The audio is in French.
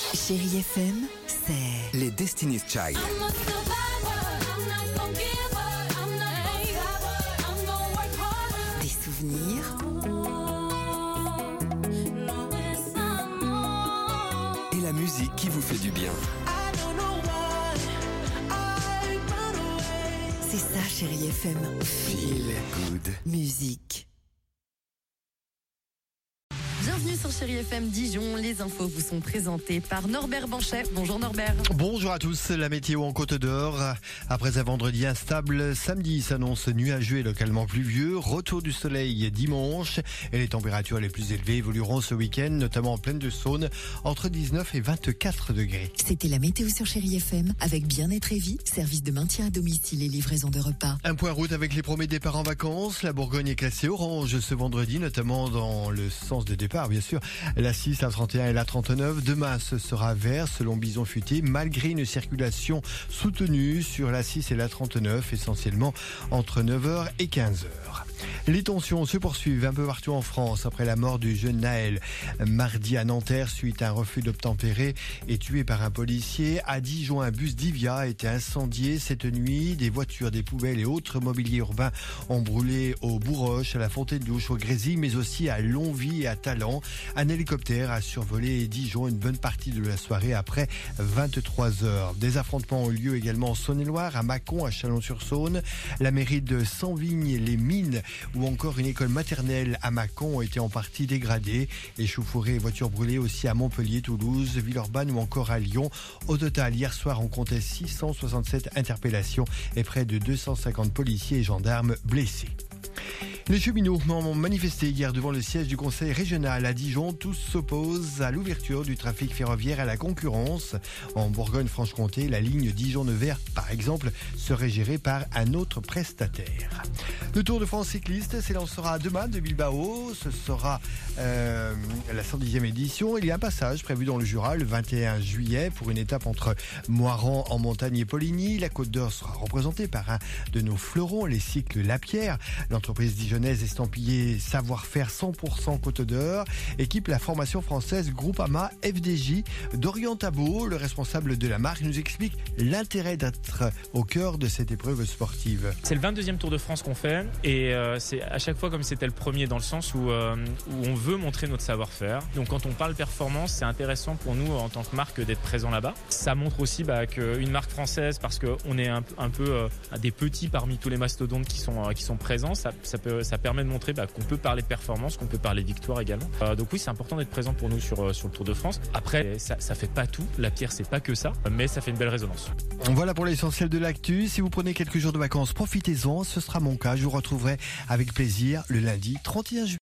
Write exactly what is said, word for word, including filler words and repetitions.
Chérie F M, c'est les Destiny's Child. des souvenirs Et la musique qui vous fait du bien. c'est ça Chérie F M. Feel good. Musique. Bienvenue sur Chérie F M Dijon. Les infos vous sont présentées par Norbert Banchet. Bonjour Norbert. Bonjour à tous. La météo en Côte d'Or. Après un vendredi instable, samedi s'annonce nuageux et localement pluvieux. Retour du soleil dimanche. Et les températures les plus élevées évolueront ce week-end, notamment en plaine de Saône, entre dix-neuf et vingt-quatre degrés. C'était la météo sur Chérie F M avec Bien-être et Vie, service de maintien à domicile et livraison de repas. Un point route avec les premiers départs en vacances. La Bourgogne est classée orange ce vendredi, notamment dans le sens des départs, bien sûr. La six, la trente et un et la trente-neuf. Demain, ce sera vert selon Bison Futé, malgré une circulation soutenue sur la six et la trente-neuf, essentiellement entre neuf heures et quinze heures. Les tensions se poursuivent un peu partout en France après la mort du jeune Naël. Mardi à Nanterre, suite à un refus d'obtempérer et tué par un policier. À Dijon, un bus d'Ivia a été incendié cette nuit. Des voitures, des poubelles et autres mobiliers urbains ont brûlé au Bourroche, à la Fontaine-Douche, au Grésy, mais aussi à Longwy et à Talent. Un hélicoptère a survolé Dijon une bonne partie de la soirée après vingt-trois heures. Des affrontements ont lieu également en Saône-et-Loire, à Mâcon, à Chalon-sur-Saône. La mairie de Sanvignes-les-Mines ou encore une école maternelle à Mâcon ont été en partie dégradées. Échauffourées et voitures brûlées aussi à Montpellier, Toulouse, Villeurbanne ou encore à Lyon. Au total, hier soir, on comptait six cent soixante-sept interpellations et près de deux cent cinquante policiers et gendarmes blessés. Les cheminots ont manifesté hier devant le siège du conseil régional à Dijon. Tous s'opposent à l'ouverture du trafic ferroviaire à la concurrence. En Bourgogne-Franche-Comté, la ligne Dijon-Nevers, par exemple, serait gérée par un autre prestataire. Le Tour de France cycliste s'élancera demain de Bilbao. Ce sera euh, la cent dixième édition. Il y a un passage prévu dans le Jura le vingt et un juillet pour une étape entre Moiran en montagne et Poligny. La Côte d'Or sera représentée par un de nos fleurons, les cycles Lapierre. L'entreprise dijonnaise estampillée savoir-faire cent pour cent Côte d'Or équipe la formation française Groupama F D J. Dorian Tabot, le responsable de la marque, nous explique l'intérêt d'être au cœur de cette épreuve sportive. C'est le vingt-deuxième Tour de France qu'on fait et euh, c'est à chaque fois comme c'était le premier dans le sens où, euh, où on veut montrer notre savoir-faire. Donc quand on parle performance, c'est intéressant pour nous en tant que marque d'être présent là-bas. Ça montre aussi bah, qu'une marque française, parce qu'on est un, un peu euh, des petits parmi tous les mastodontes qui sont, euh, qui sont présents, ça, ça, peut, ça permet de montrer bah, qu'on peut parler de performance, qu'on peut parler de victoire également. Euh, donc oui, c'est important d'être présent pour nous sur, sur le Tour de France. Après, ça, ça fait pas tout. La pierre, c'est pas que ça, mais ça fait une belle résonance. Voilà pour l'essentiel de l'actu. Si vous prenez quelques jours de vacances, profitez-en. Ce sera mon cas. Je vous retrouverai avec plaisir le lundi trente et un juillet.